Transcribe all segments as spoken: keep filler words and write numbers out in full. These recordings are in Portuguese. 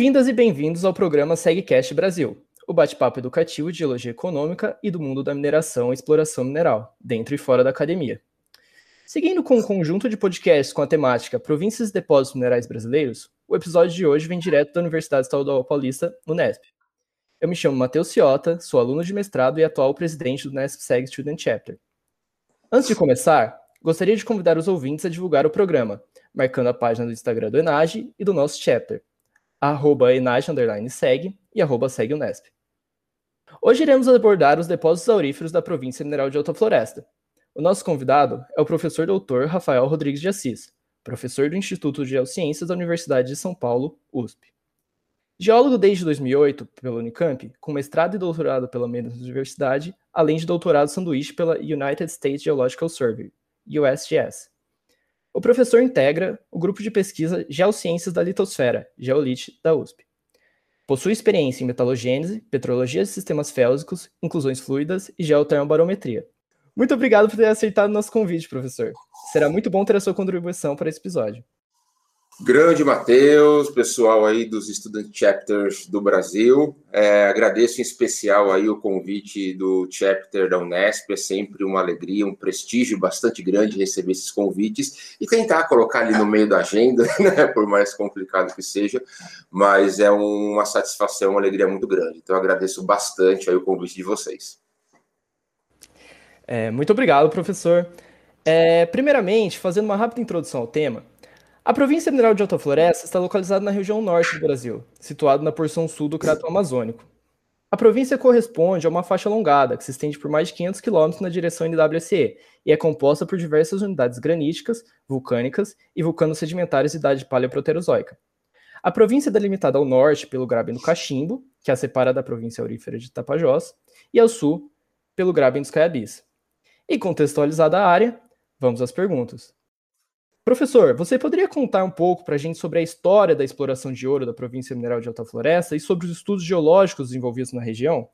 Bem-vindas e bem-vindos ao programa SegCast Brasil, o bate-papo educativo de geologia econômica e do mundo da mineração e exploração mineral, dentro e fora da academia. Seguindo com um conjunto de podcasts com a temática Províncias e Depósitos Minerais Brasileiros, o episódio de hoje vem direto da Universidade Estadual Paulista, Unesp. Eu me chamo Matheus Ciota, sou aluno de mestrado e atual presidente do Unesp Seg Student Chapter. Antes de começar, gostaria de convidar os ouvintes a divulgar o programa, marcando a página do Instagram do Enage e do nosso chapter, arroba enage underline seg e arroba seguunesp. Hoje iremos abordar os depósitos auríferos da província mineral de Alta Floresta. O nosso convidado é o professor doutor Rafael Rodrigues de Assis, professor do Instituto de Geociências da Universidade de São Paulo, U S P. Geólogo desde dois mil e oito pela Unicamp, com mestrado e doutorado pela mesma universidade, além de doutorado sanduíche pela United States Geological Survey, U S G S. O professor integra o grupo de pesquisa Geociências da Litosfera, GeoLit, da U S P. Possui experiência em metalogênese, petrologia de sistemas félsicos, inclusões fluidas e geotermobarometria. Muito obrigado por ter aceitado nosso convite, professor. Será muito bom ter a sua contribuição para esse episódio. Grande Matheus, pessoal aí dos Student Chapters do Brasil, é, agradeço em especial aí o convite do Chapter da Unesp, é sempre uma alegria, um prestígio bastante grande receber esses convites e tentar colocar ali no meio da agenda, né, por mais complicado que seja, mas é uma satisfação, uma alegria muito grande, então eu agradeço bastante aí o convite de vocês. É, muito obrigado, professor. É, primeiramente, fazendo uma rápida introdução ao tema, a província mineral de Alta Floresta está localizada na região norte do Brasil, situado na porção sul do Crato Amazônico. A província corresponde a uma faixa alongada, que se estende por mais de quinhentos quilômetros na direção N W S E, e é composta por diversas unidades graníticas, vulcânicas e vulcanos sedimentares de idade paleoproterozoica. A província é delimitada ao norte pelo Graben do Cachimbo, que a separa da província aurífera de Tapajós, e ao sul pelo Graben dos Caiabís. E contextualizada a área, vamos às perguntas. Professor, você poderia contar um pouco para a gente sobre a história da exploração de ouro da província mineral de Alta Floresta e sobre os estudos geológicos desenvolvidos na região?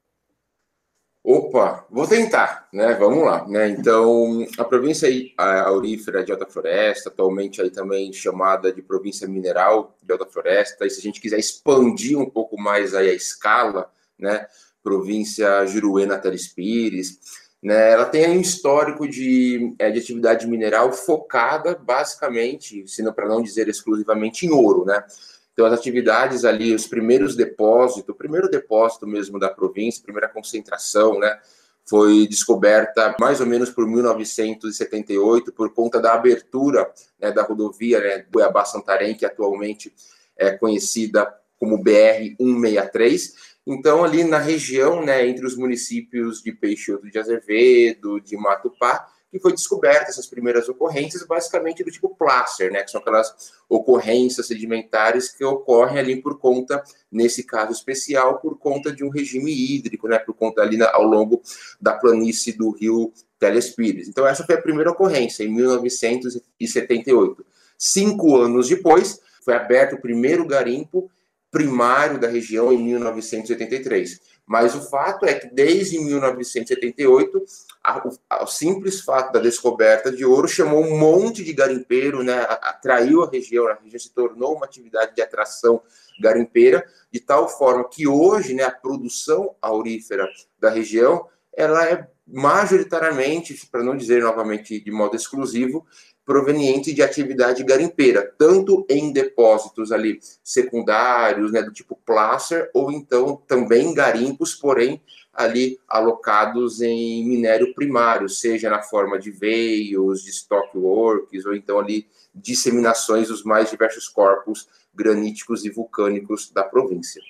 Opa, vou tentar, né? Vamos lá, né? Então, a província aurífera de Alta Floresta, atualmente aí também chamada de província mineral de Alta Floresta, e se a gente quiser expandir um pouco mais aí a escala, né? Província Juruena Teles Pires, né, ela tem um histórico de, é, de atividade mineral focada basicamente, se não para não dizer exclusivamente, em ouro, né? Então as atividades ali, os primeiros depósitos, o primeiro depósito mesmo da província, a primeira concentração, né, foi descoberta mais ou menos por mil novecentos e setenta e oito por conta da abertura, né, da rodovia, né, Cuiabá-Santarém, que atualmente é conhecida como B R cento e sessenta e três. Então, ali na região, né, entre os municípios de Peixoto de Azevedo, de Matupá, que foi descoberta essas primeiras ocorrências, basicamente do tipo placer, né, que são aquelas ocorrências sedimentares que ocorrem ali por conta, nesse caso especial, por conta de um regime hídrico, né, por conta ali na, ao longo da planície do rio Teles Pires. Então, essa foi a primeira ocorrência, em mil novecentos e setenta e oito. Cinco anos depois, foi aberto o primeiro garimpo primário da região em mil novecentos e oitenta e três. Mas o fato é que desde mil novecentos e setenta e oito, a, a, o simples fato da descoberta de ouro chamou um monte de garimpeiro, né, atraiu a região, a região se tornou uma atividade de atração garimpeira, de tal forma que hoje, né, a produção aurífera da região, ela é majoritariamente, para não dizer novamente de modo exclusivo, proveniente de atividade garimpeira, tanto em depósitos ali secundários, né, do tipo placer, ou então também garimpos, porém ali alocados em minério primário, seja na forma de veios, de stockworks, ou então ali disseminações dos mais diversos corpos graníticos e vulcânicos da província.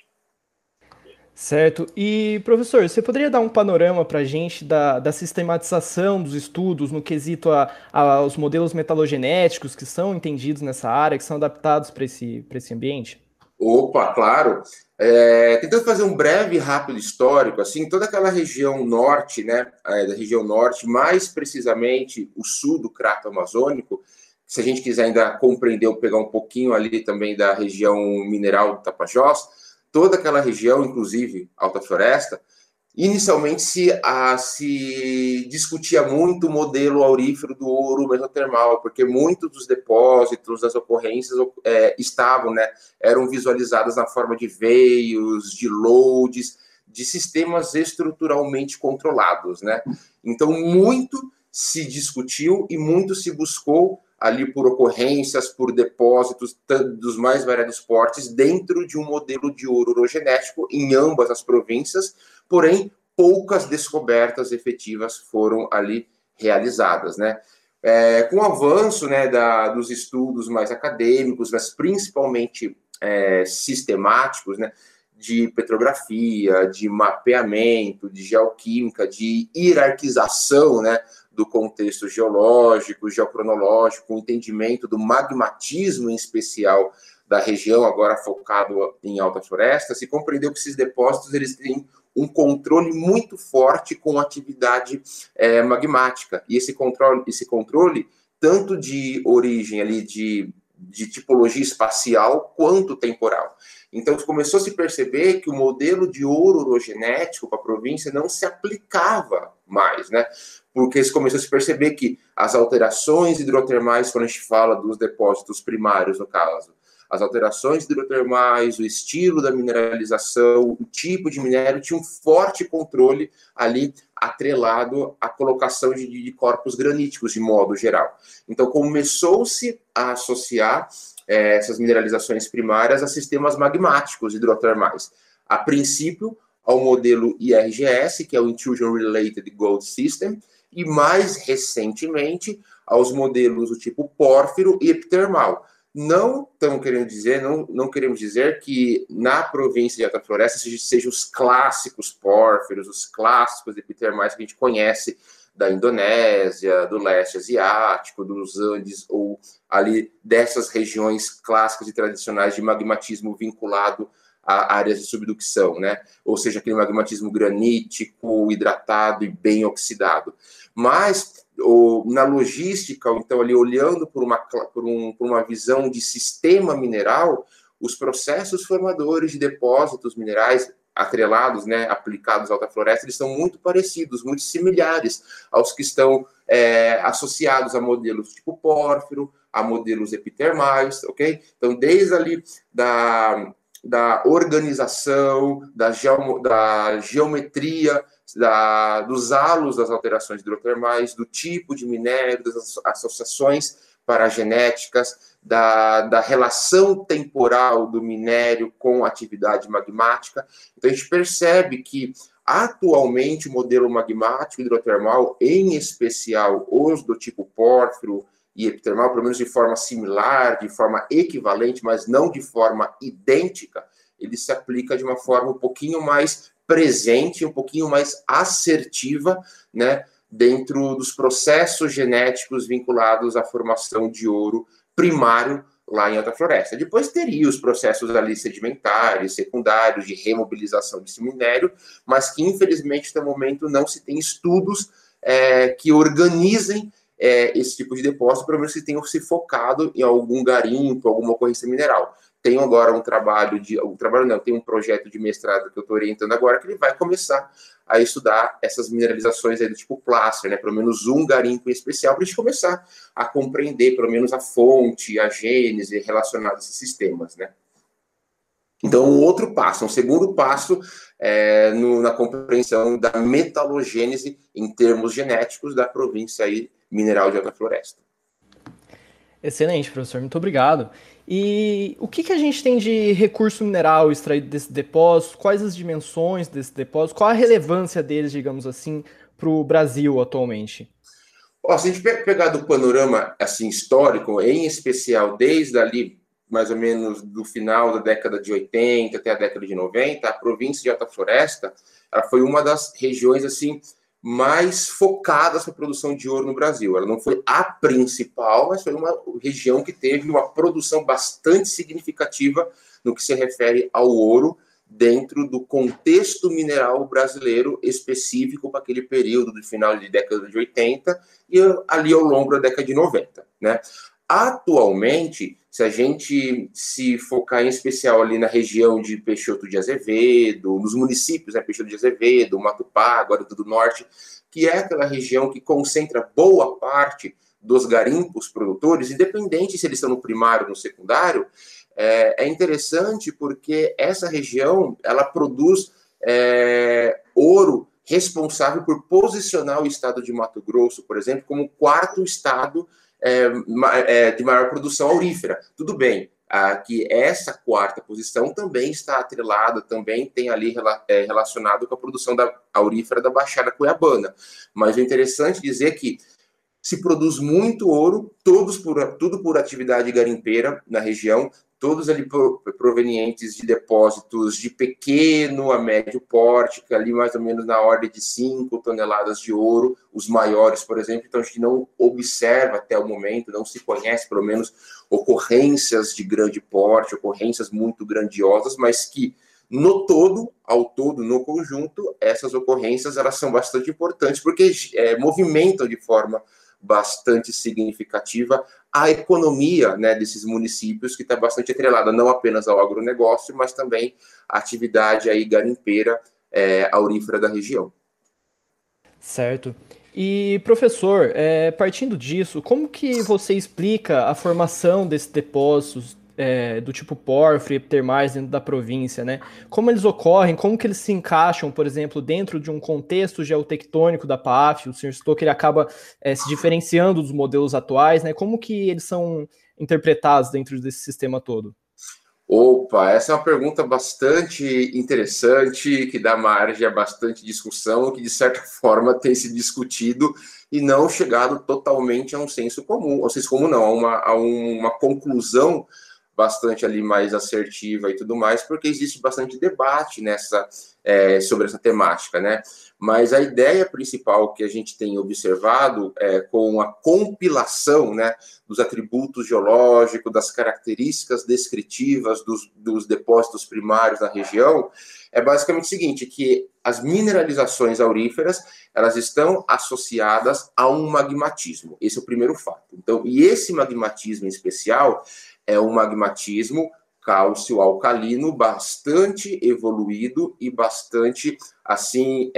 Certo. E, professor, você poderia dar um panorama para a gente da, da sistematização dos estudos no quesito a, a, aos modelos metalogenéticos que são entendidos nessa área, que são adaptados para esse, para esse ambiente? Opa, claro. É, tentando fazer um breve e rápido histórico, assim, toda aquela região norte, né, é, da região norte, mais precisamente o sul do Crato Amazônico, se a gente quiser ainda compreender ou pegar um pouquinho ali também da região mineral do Tapajós, toda aquela região, inclusive Alta Floresta, inicialmente se, a, se discutia muito o modelo aurífero do ouro mesotermal, porque muitos dos depósitos, das ocorrências é, estavam, né, eram visualizadas na forma de veios, de loads, de sistemas estruturalmente controlados, né? Então, muito se discutiu e muito se buscou ali por ocorrências, por depósitos dos mais variados portes dentro de um modelo de ouro orogenético em ambas as províncias, porém, poucas descobertas efetivas foram ali realizadas, né? É, com o avanço, né, da, dos estudos mais acadêmicos, mas principalmente é, sistemáticos, né, de petrografia, de mapeamento, de geoquímica, de hierarquização, né, do contexto geológico, geocronológico, o entendimento do magmatismo em especial da região, agora focado em alta floresta, se compreendeu que esses depósitos eles têm um controle muito forte com atividade é, magmática. E esse controle, esse controle, tanto de origem ali de, de tipologia espacial, quanto temporal. Então, começou a se perceber que o modelo de ouro orogenético para a província não se aplicava mais, né? Porque se começou a se perceber que as alterações hidrotermais, quando a gente fala dos depósitos primários, no caso, as alterações hidrotermais, o estilo da mineralização, o tipo de minério, tinha um forte controle ali atrelado à colocação de, de corpos graníticos, de modo geral. Então, começou-se a associar é, essas mineralizações primárias a sistemas magmáticos hidrotermais. A princípio, ao modelo I R G S, que é o Intrusion Related Gold System, e mais recentemente aos modelos do tipo pórfiro e epitermal. Não estamos querendo dizer, não, não queremos dizer que na província de Alta Floresta sejam seja os clássicos pórfiros, os clássicos epitermais que a gente conhece da Indonésia, do leste asiático, dos Andes, ou ali dessas regiões clássicas e tradicionais de magmatismo vinculado a áreas de subducção, né? Ou seja, aquele magmatismo granítico, hidratado e bem oxidado. Mas ou, na logística, então ali olhando por uma, por, um, por uma visão de sistema mineral, os processos formadores de depósitos minerais atrelados, né, aplicados à alta floresta, eles são muito parecidos, muito similares aos que estão é, associados a modelos tipo pórfiro, a modelos epitermais, ok? Então, desde ali da, da organização, da, geom, da geometria, da, dos halos das alterações hidrotermais, do tipo de minério, das associações paragenéticas, da, da relação temporal do minério com a atividade magmática. Então, a gente percebe que, atualmente, o modelo magmático hidrotermal, em especial os do tipo pórfiro e epitermal, pelo menos de forma similar, de forma equivalente, mas não de forma idêntica, ele se aplica de uma forma um pouquinho mais presente, um pouquinho mais assertiva, né, dentro dos processos genéticos vinculados à formação de ouro primário lá em Alta Floresta. Depois teria os processos ali sedimentares, secundários, de remobilização desse minério, mas que, infelizmente, até o momento, não se tem estudos é, que organizem é, esse tipo de depósito, pelo menos que tenham se focado em algum garimpo, alguma ocorrência mineral. Tenho agora um trabalho de... Um trabalho não, tem um projeto de mestrado que eu estou orientando agora, que ele vai começar a estudar essas mineralizações aí do tipo placer, né? Pelo menos um garimpo em especial, para a gente começar a compreender, pelo menos, a fonte, a gênese relacionada a esses sistemas, né? Então, um outro passo, um segundo passo é, no, na compreensão da metalogênese em termos genéticos da província aí, mineral de Alta Floresta. Excelente, professor. Muito obrigado. E o que, que a gente tem de recurso mineral extraído desse depósito? Quais as dimensões desse depósito? Qual a relevância deles, digamos assim, para o Brasil atualmente? Ó, se a gente pegar do panorama assim, histórico, em especial desde ali, mais ou menos do final da década de oitenta até a década de noventa, a província de Alta Floresta ela foi uma das regiões assim mais focadas para a produção de ouro no Brasil. Ela não foi a principal, mas foi uma região que teve uma produção bastante significativa no que se refere ao ouro dentro do contexto mineral brasileiro específico para aquele período do final de década de oitenta e ali ao longo da década de noventa, né? Atualmente, se a gente se focar em especial ali na região de Peixoto de Azevedo, nos municípios, né, Peixoto de Azevedo, Matupá, Guarulhos do Norte, que é aquela região que concentra boa parte dos garimpos produtores, independente se eles estão no primário ou no secundário, é, é interessante porque essa região, ela produz é, ouro responsável por posicionar o estado de Mato Grosso, por exemplo, como o quarto estado é, é, de maior produção aurífera. Tudo bem, ah, que essa quarta posição também está atrelada, também tem ali é, relacionado com a produção da aurífera da Baixada Cuiabana. Mas o interessante é dizer que se produz muito ouro, todos por, tudo por atividade garimpeira na região, todos ali provenientes de depósitos de pequeno a médio porte, que ali mais ou menos na ordem de cinco toneladas de ouro, os maiores, por exemplo. Então a gente não observa até o momento, não se conhece pelo menos ocorrências de grande porte, ocorrências muito grandiosas, mas que no todo, ao todo, no conjunto, essas ocorrências elas são bastante importantes, porque é, movimentam de forma bastante significativa a economia, né, desses municípios, que está bastante atrelada não apenas ao agronegócio, mas também à atividade aí garimpeira é, aurífera da região. Certo. E, professor, é, partindo disso, como que você explica a formação desses depósitos é, do tipo pórfiro e termais dentro da província, né? Como eles ocorrem, como que eles se encaixam, por exemplo, dentro de um contexto geotectônico da P A F? O senhor citou que ele acaba é, se diferenciando dos modelos atuais, né? Como que eles são interpretados dentro desse sistema todo? Opa, essa é uma pergunta bastante interessante, que dá margem a bastante discussão, que de certa forma tem se discutido e não chegado totalmente a um senso comum, ou senso comum não, a uma, a uma conclusão bastante ali mais assertiva e tudo mais, porque existe bastante debate nessa, é, sobre essa temática, né? Mas a ideia principal que a gente tem observado é com a compilação, né, dos atributos geológicos, das características descritivas dos, dos depósitos primários na região, é basicamente o seguinte, que as mineralizações auríferas, elas estão associadas a um magmatismo. Esse é o primeiro fato. Então, e esse magmatismo em especial é um magmatismo cálcio alcalino bastante evoluído e bastante, assim,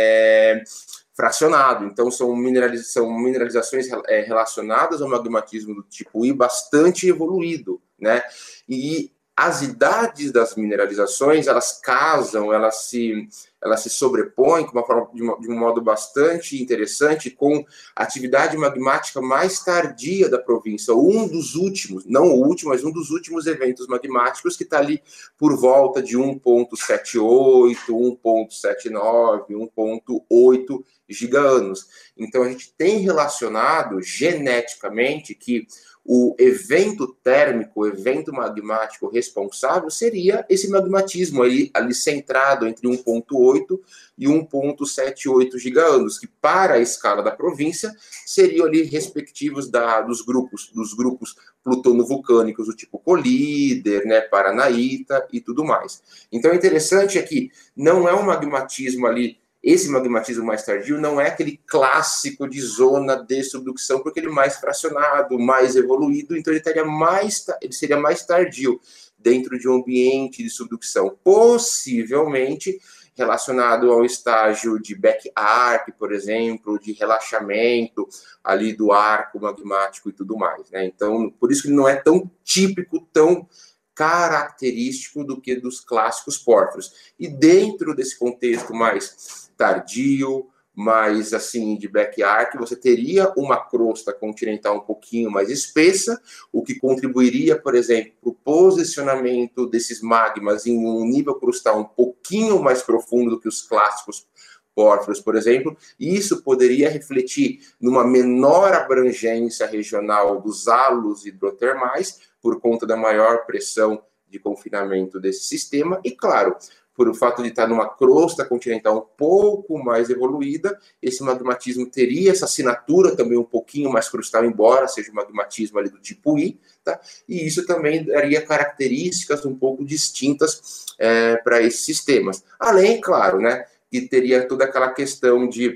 é, fracionado. Então, são, mineraliza são mineralizações é, relacionadas ao magmatismo do tipo I bastante evoluído, né? E as idades das mineralizações, elas casam, elas se, elas se sobrepõem de, uma forma, de, uma, de um modo bastante interessante com a atividade magmática mais tardia da província, um dos últimos, não o último, mas um dos últimos eventos magmáticos que está ali por volta de um ponto setenta e oito, um ponto setenta e nove, um ponto oito giga-anos. Então, a gente tem relacionado geneticamente que o evento térmico, o evento magmático responsável seria esse magmatismo aí, ali centrado entre um ponto oito e um ponto setenta e oito giga-anos, que para a escala da província seriam ali respectivos da, dos grupos, dos grupos plutono-vulcânicos do tipo Colíder, né, Paranaíta e tudo mais. Então, o interessante é que não é um magmatismo ali. Esse magmatismo mais tardio não é aquele clássico de zona de subducção, porque ele é mais fracionado, mais evoluído, então ele, teria mais, ele seria mais tardio dentro de um ambiente de subducção, possivelmente relacionado ao estágio de back arc, por exemplo, de relaxamento ali do arco magmático e tudo mais, né? Então, por isso que ele não é tão típico, tão característico do que dos clássicos pórfiros. E dentro desse contexto mais tardio, mais assim de back arc, você teria uma crosta continental um pouquinho mais espessa, o que contribuiria, por exemplo, para o posicionamento desses magmas em um nível crustal um pouquinho mais profundo do que os clássicos pórfiros, por exemplo, e isso poderia refletir numa menor abrangência regional dos halos hidrotermais, por conta da maior pressão de confinamento desse sistema, e claro, por o fato de estar numa crosta continental um pouco mais evoluída, esse magmatismo teria essa assinatura também um pouquinho mais crustal, embora seja um magmatismo ali do tipo I, tá? E isso também daria características um pouco distintas é, para esses sistemas. Além, claro, né, que teria toda aquela questão de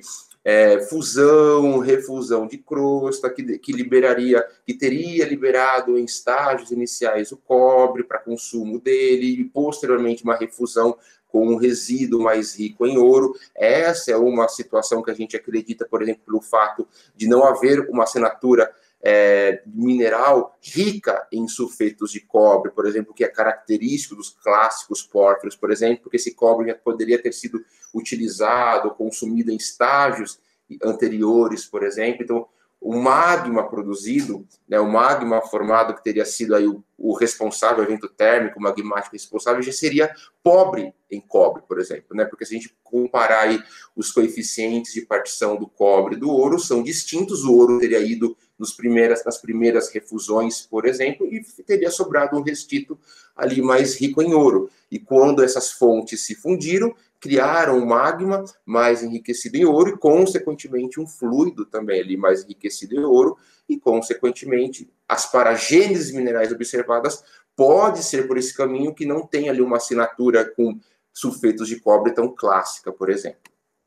é, fusão, refusão de crosta, que, que liberaria, que teria liberado em estágios iniciais o cobre para consumo dele, e posteriormente uma refusão com um resíduo mais rico em ouro. Essa é uma situação que a gente acredita, por exemplo, pelo fato de não haver uma assinatura É, mineral rica em sulfetos de cobre, por exemplo, que é característico dos clássicos pórfiros, por exemplo, porque esse cobre já poderia ter sido utilizado, consumido em estágios anteriores, por exemplo. Então, o magma produzido, né, o magma formado, que teria sido aí o, o responsável, o evento térmico magmático responsável, já seria pobre em cobre, por exemplo, né? Porque se a gente comparar aí os coeficientes de partição do cobre e do ouro, são distintos. O ouro teria ido nos primeiras, nas primeiras refusões, por exemplo, e teria sobrado um restito ali mais rico em ouro. E quando essas fontes se fundiram, criaram um magma mais enriquecido em ouro e, consequentemente, um fluido também ali mais enriquecido em ouro e, consequentemente, as paragêneses minerais observadas pode ser por esse caminho que não tem ali uma assinatura com sulfetos de cobre tão clássica, por exemplo.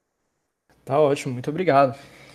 Tá ótimo, muito obrigado.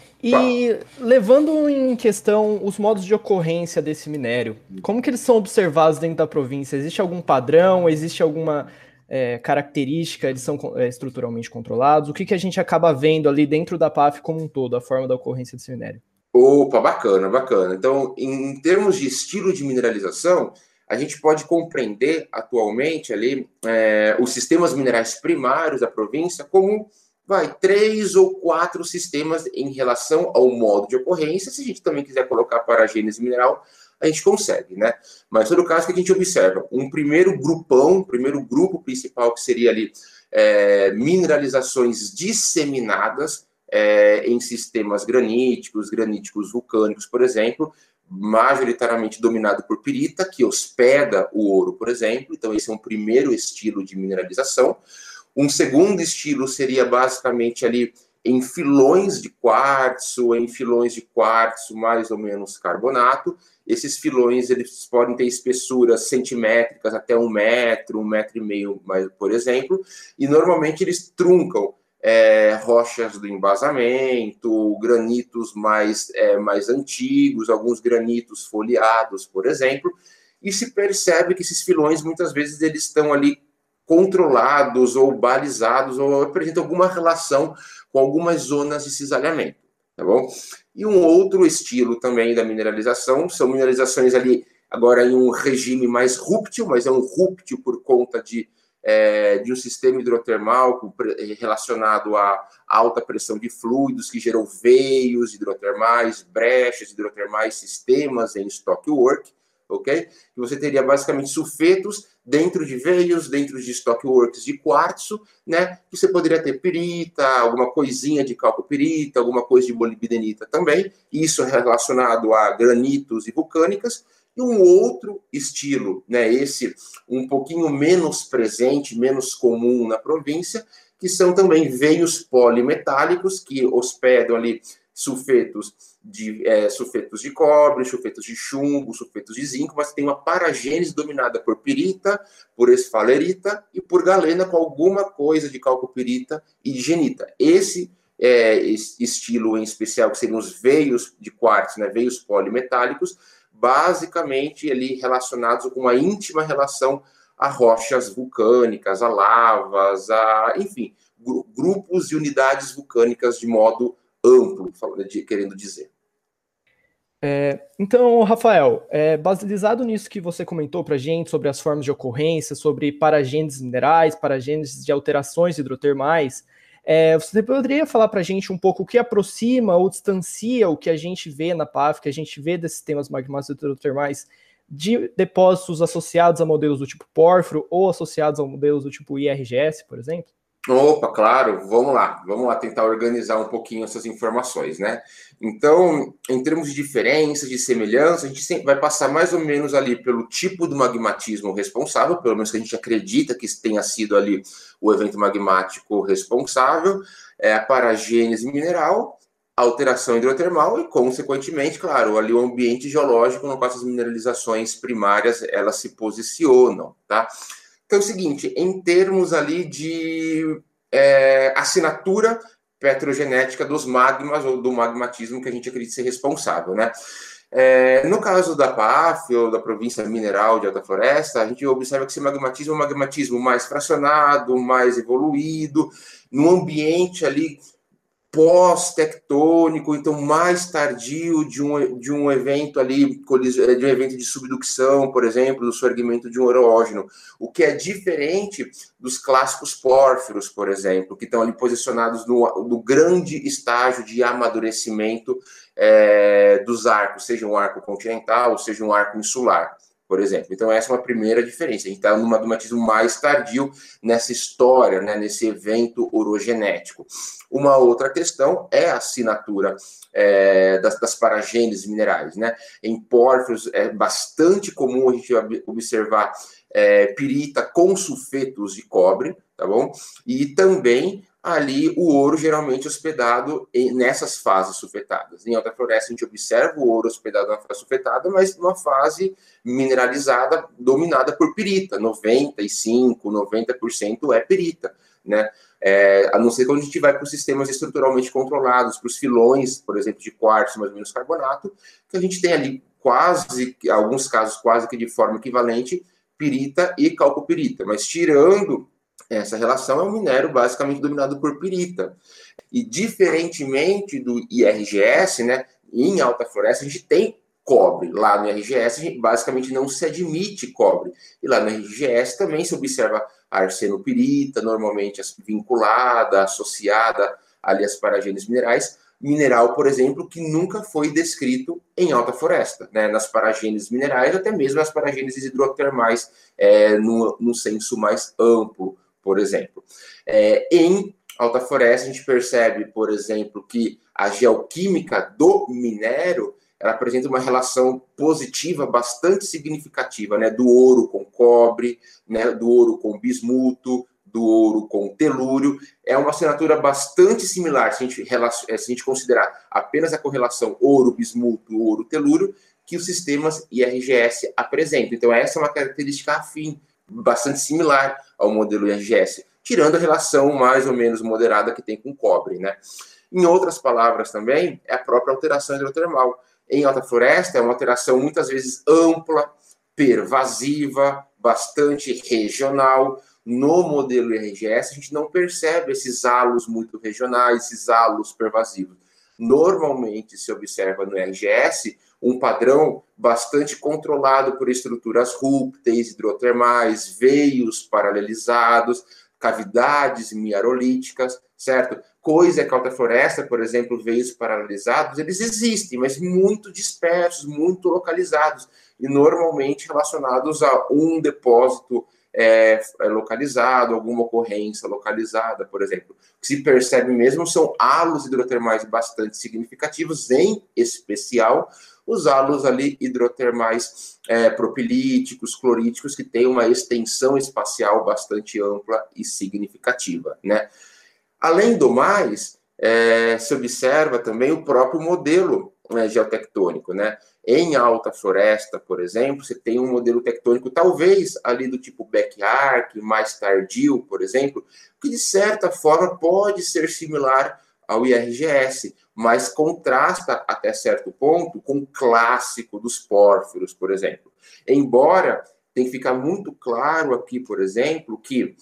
E levando em questão os modos de ocorrência desse minério, como que eles são observados dentro da província? Existe algum padrão? Existe alguma é, característica? Eles são é, estruturalmente controlados? O que, que a gente acaba vendo ali dentro da P A F como um todo, a forma da ocorrência desse minério? Opa, bacana, bacana. Então, em termos de estilo de mineralização, a gente pode compreender atualmente ali é, os sistemas minerais primários da província como vai, três ou quatro sistemas em relação ao modo de ocorrência. Se a gente também quiser colocar paragênese mineral, a gente consegue, né? Mas, no caso, que a gente observa um primeiro grupão, um primeiro grupo principal, que seria ali é, mineralizações disseminadas é, em sistemas graníticos, graníticos vulcânicos, por exemplo, majoritariamente dominado por pirita, que hospeda o ouro, por exemplo. Então, esse é um primeiro estilo de mineralização. Um segundo estilo seria basicamente ali em filões de quartzo, em filões de quartzo mais ou menos carbonato. Esses filões eles podem ter espessuras centimétricas até um metro, um metro e meio, por exemplo, e normalmente eles truncam é, rochas do embasamento, granitos mais, é, mais antigos, alguns granitos foliados, por exemplo, e se percebe que esses filões muitas vezes eles estão ali controlados ou balizados ou apresentam alguma relação com algumas zonas de cisalhamento, tá bom? E um outro estilo também da mineralização são mineralizações ali agora em um regime mais rúptil, mas é um rúptil por conta de, é, de um sistema hidrotermal relacionado à alta pressão de fluidos que gerou veios hidrotermais, brechas hidrotermais, sistemas em stockwork, ok? E você teria basicamente sulfetos dentro de veios, dentro de stockworks de quartzo, né? Que você poderia ter pirita, alguma coisinha de calcopirita, alguma coisa de molibdenita também. Isso relacionado a granitos e vulcânicas. E um outro estilo, né? Esse um pouquinho menos presente, menos comum na província, que são também veios polimetálicos que hospedam ali sulfetos de, é, sulfetos de cobre, sulfetos de chumbo, sulfetos de zinco, mas tem uma paragênese dominada por pirita, por esfalerita e por galena com alguma coisa de calcopirita e de genita. Esse é, estilo em especial, que seriam os veios de quartzo, né, veios polimetálicos, basicamente ali relacionados com uma íntima relação a rochas vulcânicas, a lavas, a, enfim, gru- grupos e unidades vulcânicas de modo amplo, querendo dizer. É, então, Rafael, é, baseado nisso que você comentou para a gente sobre as formas de ocorrência, sobre paragêneses minerais, paragêneses de alterações hidrotermais, é, você poderia falar para a gente um pouco o que aproxima ou distancia o que a gente vê na P A F, que a gente vê desses sistemas magmáticos hidrotermais de depósitos associados a modelos do tipo pórfiro ou associados a modelos do tipo I R G S, por exemplo? Opa, claro, vamos lá, vamos lá tentar organizar um pouquinho essas informações, né? Então, em termos de diferença, de semelhança, a gente sempre vai passar mais ou menos ali pelo tipo do magmatismo responsável, pelo menos que a gente acredita que tenha sido ali o evento magmático responsável, é a paragênese mineral, alteração hidrotermal e, consequentemente, claro, ali o ambiente geológico no qual essas mineralizações primárias elas se posicionam, tá? Então é o seguinte, em termos ali de é, assinatura petrogenética dos magmas ou do magmatismo que a gente acredita ser responsável, né? É, no caso da P A F, ou da província mineral de Alta Floresta, a gente observa que esse magmatismo é um magmatismo mais fracionado, mais evoluído, num ambiente ali pós-tectônico, então mais tardio de um, de um evento ali, de um evento de subducção, por exemplo, do surgimento de um oroógeno, o que é diferente dos clássicos pórfiros, por exemplo, que estão ali posicionados no, no grande estágio de amadurecimento é, dos arcos, seja um arco continental, seja um arco insular, por exemplo. Então, essa é uma primeira diferença. A gente está num magmatismo mais tardio nessa história, né, nesse evento orogenético. Uma outra questão é a assinatura é, das, das paragêneses minerais, né? Em pórfiros é bastante comum a gente observar é, pirita com sulfetos de cobre, tá bom? E também ali o ouro geralmente hospedado em, nessas fases sulfetadas. Em Alta Floresta a gente observa o ouro hospedado na fase sulfetada, mas numa fase mineralizada dominada por pirita, noventa e cinco, noventa por cento é pirita, né? É, a não ser quando a gente vai para os sistemas estruturalmente controlados, para os filões, por exemplo, de quartzo mais ou menos carbonato, que a gente tem ali quase, em alguns casos quase que de forma equivalente, pirita e calcopirita, mas tirando essa relação, é um minério basicamente dominado por pirita. E diferentemente do I R G S, né, em Alta Floresta a gente tem cobre. Lá no I R G S, a gente basicamente não se admite cobre. E lá no I R G S também se observa arsenopirita, normalmente vinculada, associada ali às paragêneses minerais. Mineral, por exemplo, que nunca foi descrito em Alta Floresta, né? Nas paragêneses minerais, até mesmo as paragêneses hidrotermais, é, no, no senso mais amplo, por exemplo. É, em Alta Floresta, a gente percebe, por exemplo, que a geoquímica do minério ela apresenta uma relação positiva bastante significativa, né? Do ouro com cobre, né? Do ouro com bismuto, do ouro com telúrio. É uma assinatura bastante similar, se a gente, se a gente considerar apenas a correlação ouro-bismuto, ouro-telúrio, que os sistemas I R G S apresentam. Então, essa é uma característica afim, bastante similar ao modelo I R G S, tirando a relação mais ou menos moderada que tem com cobre, né? Em outras palavras também, é a própria alteração hidrotermal. Em Alta Floresta, é uma alteração muitas vezes ampla, pervasiva, bastante regional. No modelo I R G S, a gente não percebe esses halos muito regionais, esses halos pervasivos. Normalmente se observa no I R G S um padrão bastante controlado por estruturas rúpteis, hidrotermais, veios paralelizados, cavidades miarolíticas, certo? Coisa que a Alta Floresta, por exemplo, veios paralelizados, eles existem, mas muito dispersos, muito localizados, e normalmente relacionados a um depósito é, localizado, alguma ocorrência localizada, por exemplo. O que se percebe mesmo são halos hidrotermais bastante significativos, em especial os halos ali hidrotermais é, propilíticos, cloríticos, que têm uma extensão espacial bastante ampla e significativa, né? Além do mais, é, se observa também o próprio modelo é, geotectônico, né? Em Alta Floresta, por exemplo, você tem um modelo tectônico, talvez ali do tipo Beck-Arc, mais tardio, por exemplo, que de certa forma pode ser similar ao I R G S, mas contrasta até certo ponto com o clássico dos pórfiros, por exemplo. Embora tem que ficar muito claro aqui, por exemplo, que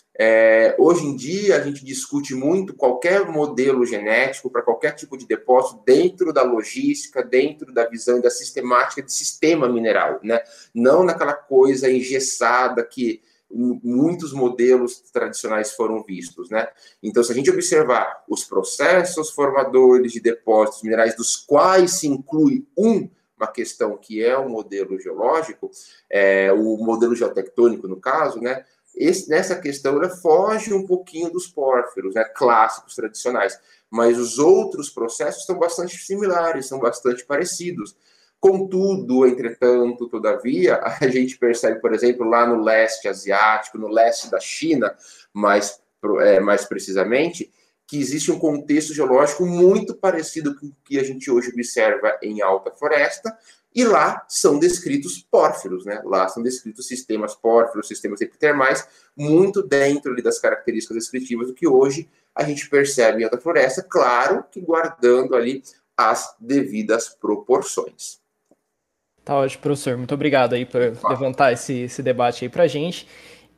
É, hoje em dia, a gente discute muito qualquer modelo genético para qualquer tipo de depósito dentro da logística, dentro da visão e da sistemática de sistema mineral, né? Não naquela coisa engessada que muitos modelos tradicionais foram vistos, né? Então, se a gente observar os processos formadores de depósitos minerais, dos quais se inclui um uma questão que é o modelo geológico, é, o modelo geotectônico, no caso, né? Esse, nessa questão, ela foge um pouquinho dos pórfiros, né, clássicos, tradicionais, mas os outros processos são bastante similares, são bastante parecidos. Contudo, entretanto, todavia, a gente percebe, por exemplo, lá no leste asiático, no leste da China, mais, é, mais precisamente, que existe um contexto geológico muito parecido com o que a gente hoje observa em Alta Floresta, E lá são descritos pórfiros, né? Lá são descritos sistemas pórfiros, sistemas epitermais, muito dentro ali das características descritivas do que hoje a gente percebe em alta floresta, claro que guardando ali as devidas proporções. Tá ótimo, professor. Muito obrigado aí por levantar esse, esse debate aí pra gente.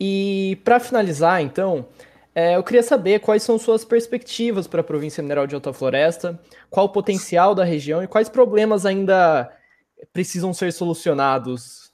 E para finalizar, então, é, eu queria saber quais são suas perspectivas para a província mineral de Alta Floresta, qual o potencial da região e quais problemas ainda precisam ser solucionados.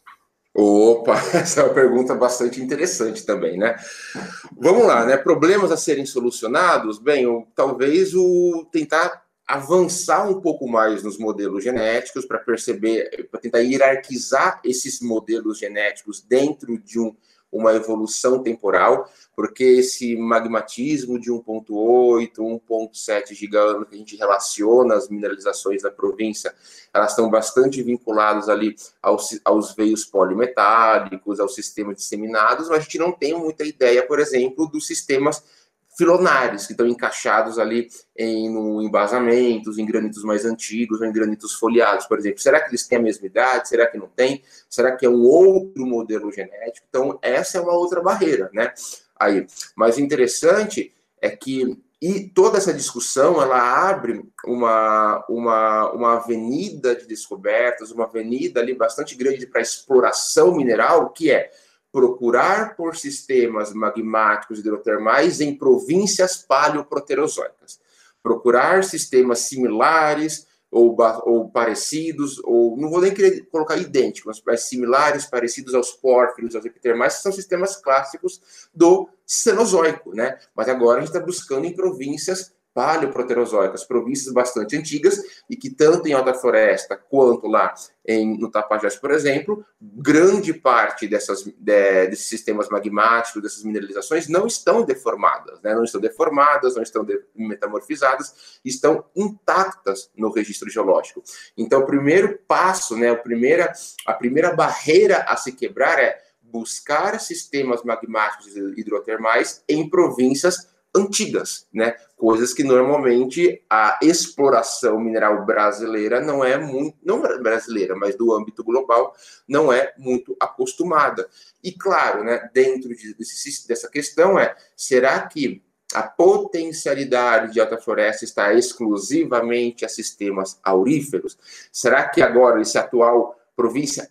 Opa, essa é uma pergunta bastante interessante também, né? Vamos lá, né? Problemas a serem solucionados, bem, o, talvez o tentar avançar um pouco mais nos modelos genéticos para perceber, para tentar hierarquizar esses modelos genéticos dentro de um, uma evolução temporal, porque esse magmatismo de um ponto oito, um ponto sete gigaano que a gente relaciona as mineralizações da província, elas estão bastante vinculadas ali aos, aos veios polimetálicos, aos sistemas disseminados, mas a gente não tem muita ideia, por exemplo, dos sistemas filonares, que estão encaixados ali em no embasamentos, em granitos mais antigos, ou em granitos foliados, por exemplo. Será que eles têm a mesma idade? Será que não tem? Será que é um outro modelo genético? Então, essa é uma outra barreira, né? Aí, mas o interessante é que e toda essa discussão, ela abre uma, uma, uma avenida de descobertas, uma avenida ali bastante grande para exploração mineral, que é procurar por sistemas magmáticos hidrotermais em províncias paleoproterozoicas. Procurar sistemas similares ou, ou parecidos, ou não vou nem querer colocar idênticos, mas similares, parecidos aos pórfiros, aos epitermais, que são sistemas clássicos do Cenozoico, né? Mas agora a gente está buscando em províncias paleoproterozoicas, províncias bastante antigas e que tanto em Alta Floresta quanto lá em, no Tapajós, por exemplo, grande parte dessas, de, desses sistemas magmáticos, dessas mineralizações não estão deformadas, né? Não estão deformadas, não estão de, metamorfizadas, estão intactas no registro geológico. Então, o primeiro passo, né, a, primeira, a primeira barreira a se quebrar é buscar sistemas magmáticos hidrotermais em províncias antigas, né? Coisas que normalmente a exploração mineral brasileira não é muito, não brasileira, mas do âmbito global, não é muito acostumada. E claro, né, dentro de, desse, dessa questão é, será que a potencialidade de Alta Floresta está exclusivamente a sistemas auríferos? Será que agora esse atual província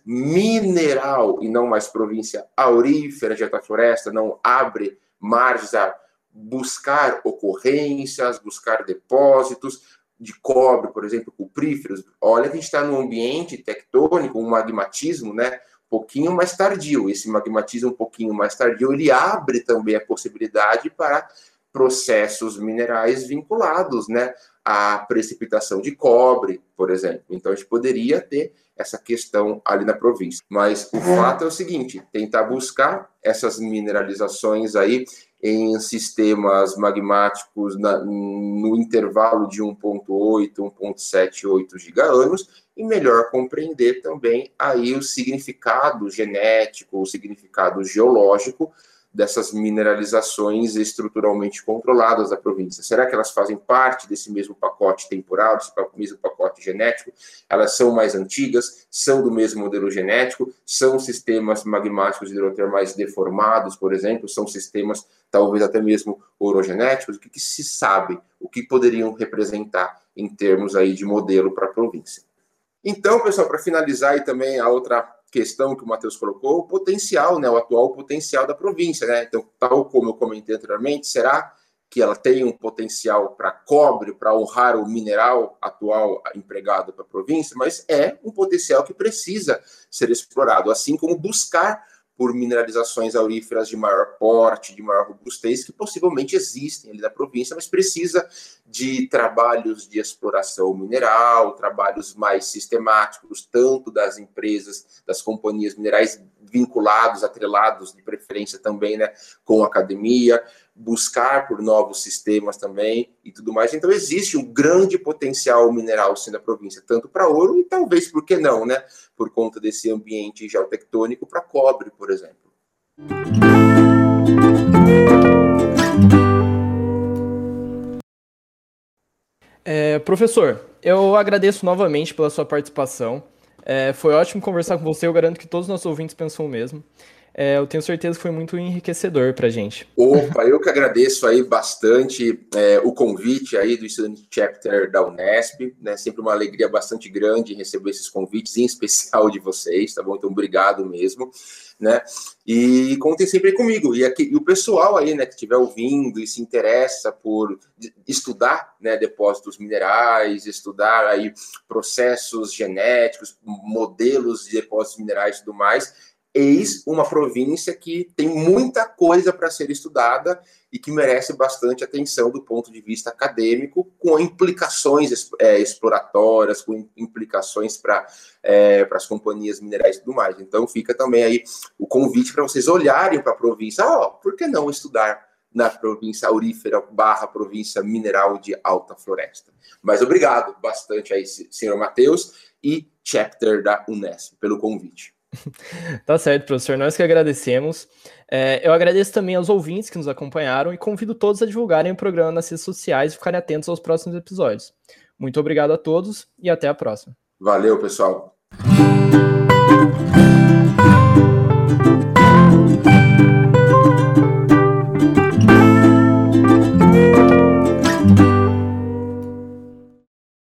mineral e não mais província aurífera de Alta Floresta não abre margens a buscar ocorrências, buscar depósitos de cobre, por exemplo, cupríferos? Olha que a gente está num ambiente tectônico, um magmatismo, né, um pouquinho mais tardio. Esse magmatismo um pouquinho mais tardio, ele abre também a possibilidade para processos minerais vinculados, né, à precipitação de cobre, por exemplo. Então, a gente poderia ter essa questão ali na província. Mas o fato é o seguinte, tentar buscar essas mineralizações aí em sistemas magmáticos na, no intervalo de um ponto oito, um ponto setenta e oito gigaanos e melhor compreender também aí o significado genético, o significado geológico dessas mineralizações estruturalmente controladas da província. Será que elas fazem parte desse mesmo pacote temporal, desse mesmo pacote genético? Elas são mais antigas, são do mesmo modelo genético, são sistemas magmáticos hidrotermais deformados, por exemplo, são sistemas talvez até mesmo orogenéticos? O que, que se sabe? O que poderiam representar em termos aí de modelo para a província? Então, pessoal, para finalizar e também a outra questão que o Matheus colocou, o potencial, né, o atual potencial da província, né? Então, tal como eu comentei anteriormente, será que ela tem um potencial para cobre, para honrar o mineral atual empregado para a província? Mas é um potencial que precisa ser explorado, assim como buscar por mineralizações auríferas de maior porte, de maior robustez, que possivelmente existem ali na província, mas precisa de trabalhos de exploração mineral, trabalhos mais sistemáticos, tanto das empresas, das companhias minerais vinculados, atrelados, de preferência também, né, com a academia, buscar por novos sistemas também e tudo mais. Então, existe um grande potencial mineral sim na província, tanto para ouro e talvez, por que não, né, por conta desse ambiente geotectônico, para cobre, por exemplo. É, professor, eu agradeço novamente pela sua participação. É, foi ótimo conversar com você, eu garanto que todos os nossos ouvintes pensam o mesmo. É, eu tenho certeza que foi muito enriquecedor pra gente. Opa, eu que agradeço aí bastante é, o convite aí do Student Chapter da Unesp, né? Sempre uma alegria bastante grande receber esses convites, em especial de vocês, tá bom? Então, obrigado mesmo, né? E contem sempre aí comigo. E, aqui, e o pessoal aí, né, que estiver ouvindo e se interessa por estudar, né, depósitos minerais, estudar aí processos genéticos, modelos de depósitos minerais e tudo mais, eis uma província que tem muita coisa para ser estudada e que merece bastante atenção do ponto de vista acadêmico, com implicações é, exploratórias, com implicações para é, as companhias minerais e tudo mais. Então fica também aí o convite para vocês olharem para a província. Ó, oh, por que não estudar na província aurífera barra província mineral de Alta Floresta? Mas obrigado bastante aí, senhor Matheus e Chapter da Unesp, pelo convite. Tá certo, professor. Nós que agradecemos. É, eu agradeço também aos ouvintes que nos acompanharam e convido todos a divulgarem o programa nas redes sociais e ficarem atentos aos próximos episódios. Muito obrigado a todos e até a próxima. Valeu, pessoal.